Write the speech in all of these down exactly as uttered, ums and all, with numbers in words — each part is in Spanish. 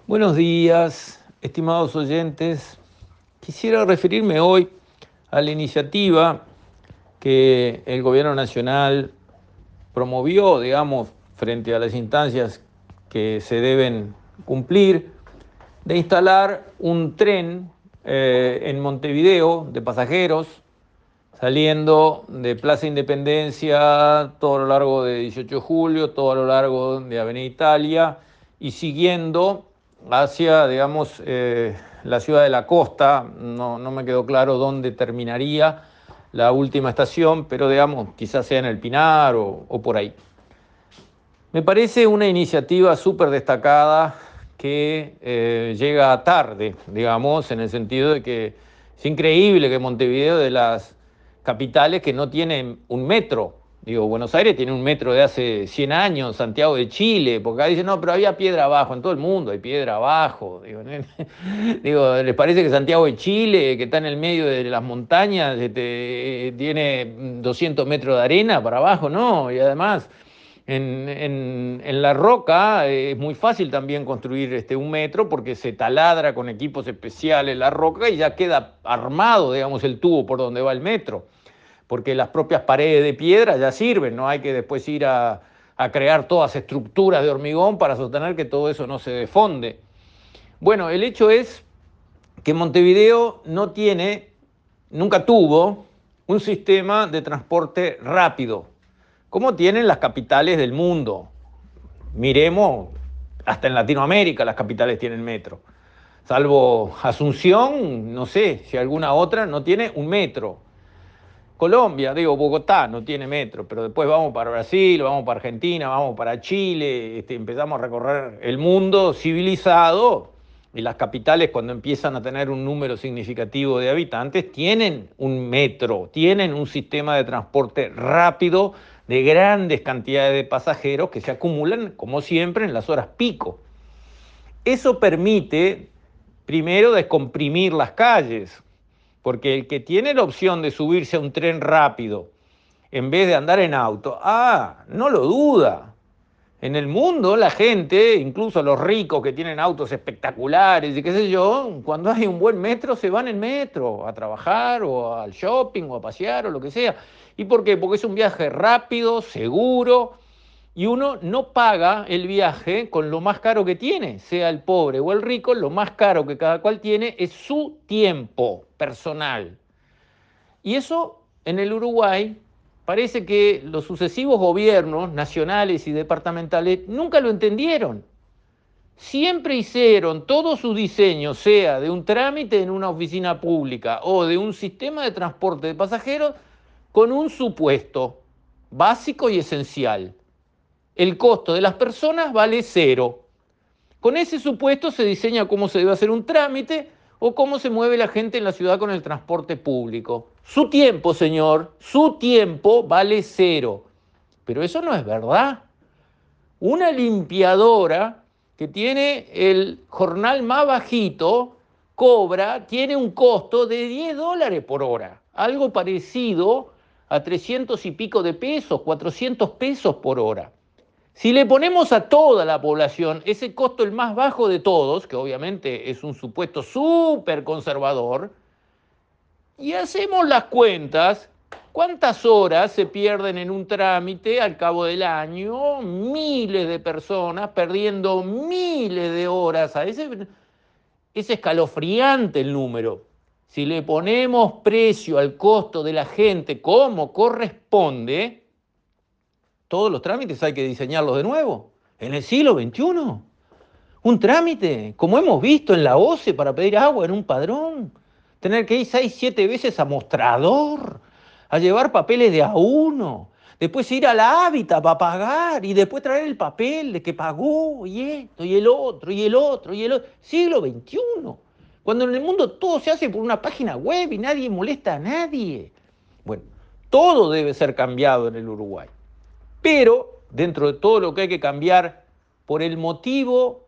Buenos días, estimados oyentes. Quisiera referirme hoy a la iniciativa que el Gobierno Nacional promovió, digamos, frente a las instancias que se deben cumplir, de instalar un tren eh, en Montevideo de pasajeros, saliendo de Plaza Independencia todo a lo largo de dieciocho de julio, todo a lo largo de Avenida Italia y siguiendo hacia, digamos, eh, la ciudad de la costa. No, no me quedó claro dónde terminaría la última estación, pero digamos, quizás sea en el Pinar o, o por ahí. Me parece una iniciativa súper destacada que eh, llega tarde, digamos, en el sentido de que es increíble que Montevideo, de las capitales que no tienen un metro, digo, Buenos Aires tiene un metro de hace cien años, Santiago de Chile, porque acá dicen, no, pero había piedra abajo, en todo el mundo hay piedra abajo, digo, digo, ¿les parece que Santiago de Chile, que está en el medio de las montañas, este, tiene doscientos metros de arena para abajo? No, y además en, en, en La Roca eh, es muy fácil también construir este, un metro porque se taladra con equipos especiales la roca y ya queda armado, digamos, el tubo por donde va el metro, porque las propias paredes de piedra ya sirven, no hay que después ir a, a crear todas estructuras de hormigón para sostener que todo eso no se defonde. Bueno, el hecho es que Montevideo no tiene, nunca tuvo, un sistema de transporte rápido, como tienen las capitales del mundo. Miremos, hasta en Latinoamérica las capitales tienen metro. Salvo Asunción, no sé si alguna otra no tiene un metro. Colombia, digo, Bogotá no tiene metro, pero después vamos para Brasil, vamos para Argentina, vamos para Chile, este, empezamos a recorrer el mundo civilizado y las capitales, cuando empiezan a tener un número significativo de habitantes, tienen un metro, tienen un sistema de transporte rápido de grandes cantidades de pasajeros que se acumulan, como siempre, en las horas pico. Eso permite, primero, descomprimir las calles, porque el que tiene la opción de subirse a un tren rápido en vez de andar en auto, ah, no lo duda. En el mundo la gente, incluso los ricos que tienen autos espectaculares y qué sé yo, cuando hay un buen metro se van en metro a trabajar o al shopping o a pasear o lo que sea. ¿Y por qué? Porque es un viaje rápido, seguro, y uno no paga el viaje con lo más caro que tiene, sea el pobre o el rico, lo más caro que cada cual tiene es su tiempo personal. Y eso en el Uruguay parece que los sucesivos gobiernos nacionales y departamentales nunca lo entendieron. Siempre hicieron todos sus diseños, sea de un trámite en una oficina pública o de un sistema de transporte de pasajeros, con un supuesto básico y esencial. El costo de las personas vale cero. Con ese supuesto se diseña cómo se debe hacer un trámite o cómo se mueve la gente en la ciudad con el transporte público. Su tiempo, señor, su tiempo vale cero. Pero eso no es verdad. Una limpiadora que tiene el jornal más bajito cobra, tiene un costo de diez dólares por hora, algo parecido a trescientos y pico de pesos, cuatrocientos pesos por hora. Si le ponemos a toda la población ese costo el más bajo de todos, que obviamente es un supuesto súper conservador, y hacemos las cuentas, ¿cuántas horas se pierden en un trámite al cabo del año? Miles de personas perdiendo miles de horas. A ese, es escalofriante el número. Si le ponemos precio al costo de la gente como corresponde, todos los trámites hay que diseñarlos de nuevo. En el siglo veintiuno. Un trámite, como hemos visto en la O C E para pedir agua en un padrón. Tener que ir seis, siete veces a mostrador, a llevar papeles de a uno. Después ir a la hábitat para pagar y después traer el papel de que pagó y esto y el otro y el otro y el otro. Siglo veintiuno. Cuando en el mundo todo se hace por una página web y nadie molesta a nadie. Bueno, todo debe ser cambiado en el Uruguay. Pero dentro de todo lo que hay que cambiar, por el motivo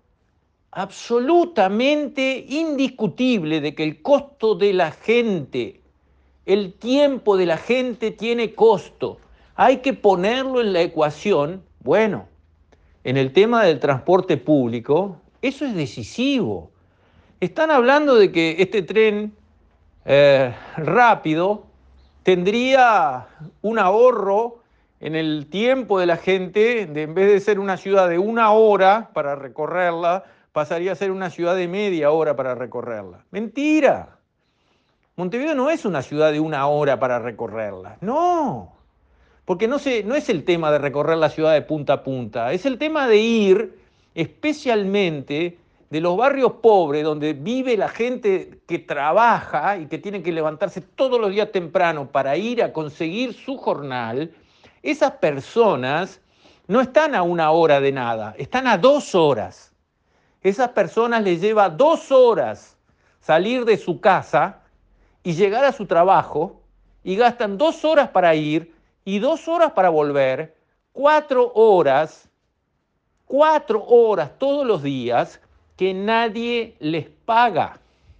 absolutamente indiscutible de que el costo de la gente, el tiempo de la gente tiene costo, hay que ponerlo en la ecuación. Bueno, en el tema del transporte público Eso es decisivo. Están hablando de que este tren eh, rápido tendría un ahorro en el tiempo de la gente, de, en vez de ser una ciudad de una hora para recorrerla, pasaría a ser una ciudad de media hora para recorrerla. Mentira. Montevideo no es una ciudad de una hora para recorrerla. No. Porque no, se, no es el tema de recorrer la ciudad de punta a punta, es el tema de ir especialmente de los barrios pobres, donde vive la gente que trabaja y que tiene que levantarse todos los días temprano para ir a conseguir su jornal. Esas personas no están a una hora de nada, están a dos horas. Esas personas les lleva dos horas salir de su casa y llegar a su trabajo, y gastan dos horas para ir y dos horas para volver, cuatro horas, cuatro horas todos los días que nadie les paga.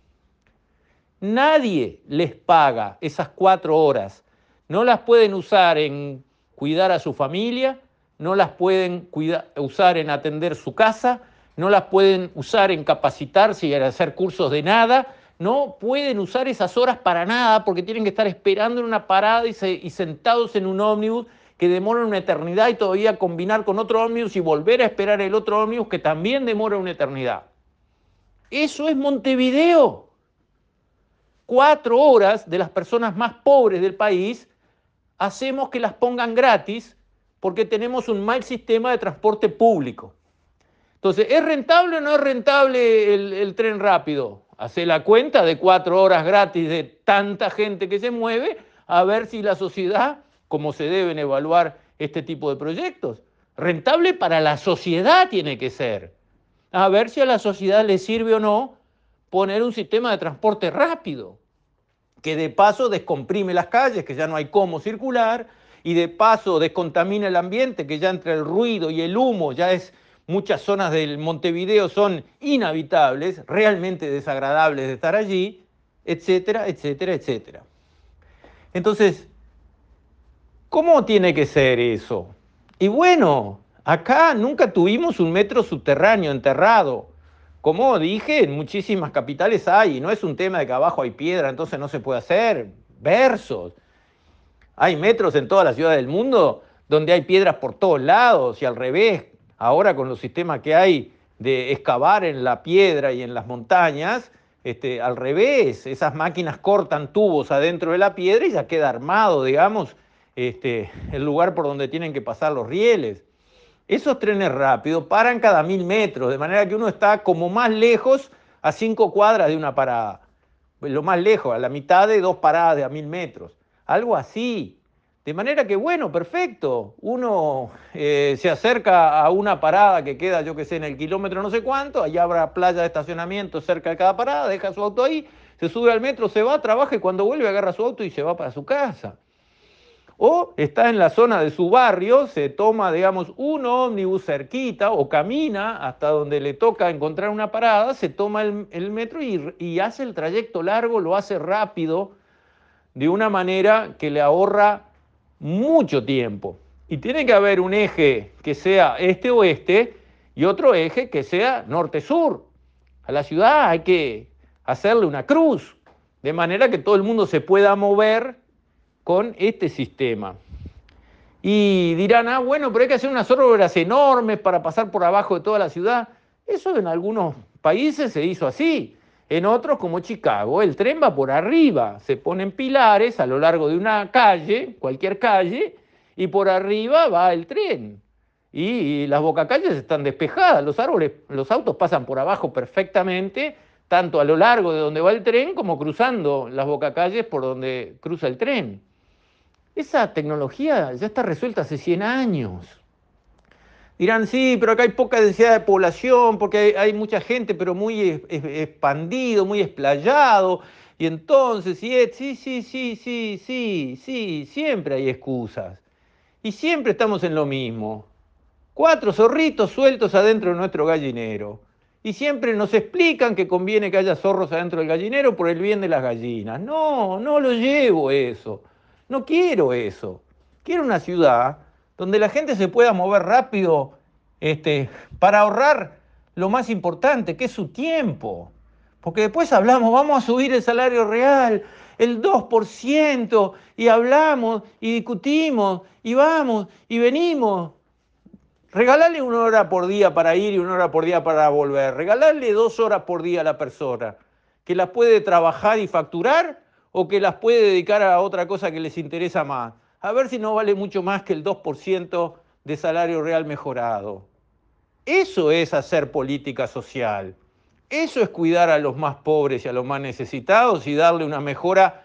Nadie les paga esas cuatro horas. No las pueden usar en cuidar a su familia, no las pueden cuidar, usar en atender su casa, no las pueden usar en capacitarse y en hacer cursos de nada. No pueden usar esas horas para nada porque tienen que estar esperando en una parada y, se, y sentados en un ómnibus que demora una eternidad y todavía combinar con otro ómnibus y volver a esperar el otro ómnibus que también demora una eternidad. Eso es Montevideo. Cuatro horas de las personas más pobres del país hacemos que las pongan gratis porque tenemos un mal sistema de transporte público. Entonces, ¿es rentable o no es rentable el, el tren rápido? Hace la cuenta de cuatro horas gratis de tanta gente que se mueve, a ver si la sociedad, como se deben evaluar este tipo de proyectos. Rentable para la sociedad tiene que ser. A ver si a la sociedad le sirve o no poner un sistema de transporte rápido, que de paso descomprime las calles, que ya no hay cómo circular, y de paso descontamina el ambiente, que ya entre el ruido y el humo ya es... Muchas zonas del Montevideo son inhabitables, realmente desagradables de estar allí, etcétera, etcétera, etcétera. Entonces, ¿cómo tiene que ser eso? Y bueno, acá nunca tuvimos un metro subterráneo enterrado. Como dije, en muchísimas capitales hay, y no es un tema de que abajo hay piedra, entonces no se puede hacer. Versos. Hay metros en toda la ciudad del mundo donde hay piedras por todos lados y al revés. Ahora con los sistemas que hay de excavar en la piedra y en las montañas, este, al revés, esas máquinas cortan tubos adentro de la piedra y ya queda armado, digamos, este, el lugar por donde tienen que pasar los rieles. Esos trenes rápidos paran cada mil metros, de manera que uno está como más lejos a cinco cuadras de una parada. Lo más lejos, a la mitad de dos paradas de a mil metros. Algo así. De manera que, bueno, perfecto, uno eh, se acerca a una parada que queda, yo que sé, en el kilómetro no sé cuánto, allá habrá playa de estacionamiento cerca de cada parada, deja su auto ahí, se sube al metro, se va, trabaja y cuando vuelve agarra su auto y se va para su casa. O está en la zona de su barrio, se toma, digamos, un ómnibus cerquita o camina hasta donde le toca encontrar una parada, se toma el, el metro y, y hace el trayecto largo, lo hace rápido, de una manera que le ahorra mucho tiempo. Y tiene que haber un eje que sea este-oeste y otro eje que sea norte-sur. A la ciudad hay que hacerle una cruz, de manera que todo el mundo se pueda mover con este sistema. Y dirán, ah, bueno, pero hay que hacer unas obras enormes para pasar por abajo de toda la ciudad. Eso en algunos países se hizo así. En otros, como Chicago, el tren va por arriba, se ponen pilares a lo largo de una calle, cualquier calle, y por arriba va el tren. Y las bocacalles están despejadas, los árboles, los autos pasan por abajo perfectamente, tanto a lo largo de donde va el tren como cruzando las bocacalles por donde cruza el tren. Esa tecnología ya está resuelta hace cien años. Dirán, sí, pero acá hay poca densidad de población, porque hay, hay mucha gente, pero muy es, es, expandido, muy explayado, y entonces, sí, sí, sí, sí, sí, sí, sí, siempre hay excusas. Y siempre estamos en lo mismo. Cuatro zorritos sueltos adentro de nuestro gallinero. Y siempre nos explican que conviene que haya zorros adentro del gallinero por el bien de las gallinas. No, no lo llevo eso. No quiero eso. Quiero una ciudad donde la gente se pueda mover rápido este, para ahorrar lo más importante, que es su tiempo. Porque después hablamos, vamos a subir el salario real, el dos por ciento, y hablamos, y discutimos, y vamos, y venimos. Regalarle una hora por día para ir y una hora por día para volver. Regalarle dos horas por día a la persona, que las puede trabajar y facturar o que las puede dedicar a otra cosa que les interesa más. A ver si no vale mucho más que el dos por ciento de salario real mejorado. Eso es hacer política social. Eso es cuidar a los más pobres y a los más necesitados y darle una mejora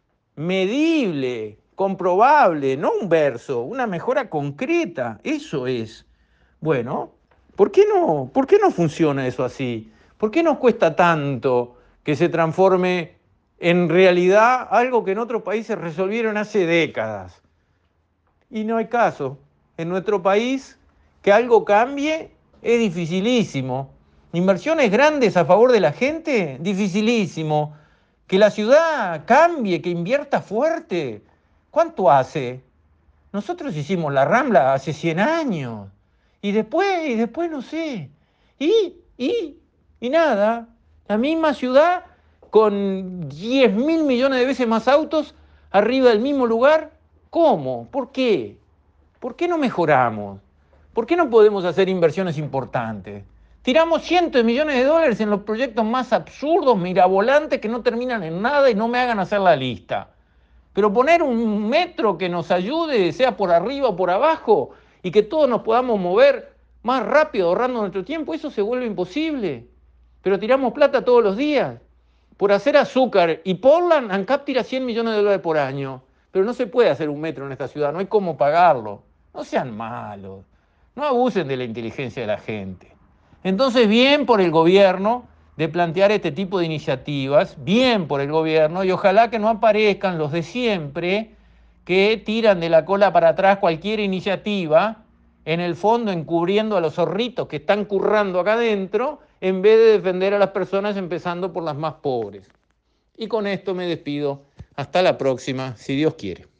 medible, comprobable, no un verso, una mejora concreta. Eso es. Bueno, ¿por qué no, por qué no funciona eso así? ¿Por qué nos cuesta tanto que se transforme en realidad algo que en otros países resolvieron hace décadas? Y no hay caso. En nuestro país, que algo cambie es dificilísimo. Inversiones grandes a favor de la gente, dificilísimo. Que la ciudad cambie, que invierta fuerte. ¿Cuánto hace? Nosotros hicimos la Rambla hace cien años. Y después, y después no sé. Y, y, y nada. La misma ciudad con diez mil millones de veces más autos arriba del mismo lugar. ¿Cómo? ¿Por qué? ¿Por qué no mejoramos? ¿Por qué no podemos hacer inversiones importantes? Tiramos cientos de millones de dólares en los proyectos más absurdos, mirabolantes, que no terminan en nada y no me hagan hacer la lista. Pero poner un metro que nos ayude, sea por arriba o por abajo, y que todos nos podamos mover más rápido, ahorrando nuestro tiempo, eso se vuelve imposible. Pero tiramos plata todos los días. Por hacer azúcar y Portland, ANCAP tira cien millones de dólares por año. Pero no se puede hacer un metro en esta ciudad, no hay cómo pagarlo. No sean malos, no abusen de la inteligencia de la gente. Entonces, bien por el gobierno de plantear este tipo de iniciativas, bien por el gobierno, y ojalá que no aparezcan los de siempre que tiran de la cola para atrás cualquier iniciativa, en el fondo encubriendo a los zorritos que están currando acá adentro, en vez de defender a las personas, empezando por las más pobres. Y con esto me despido. Hasta la próxima, si Dios quiere.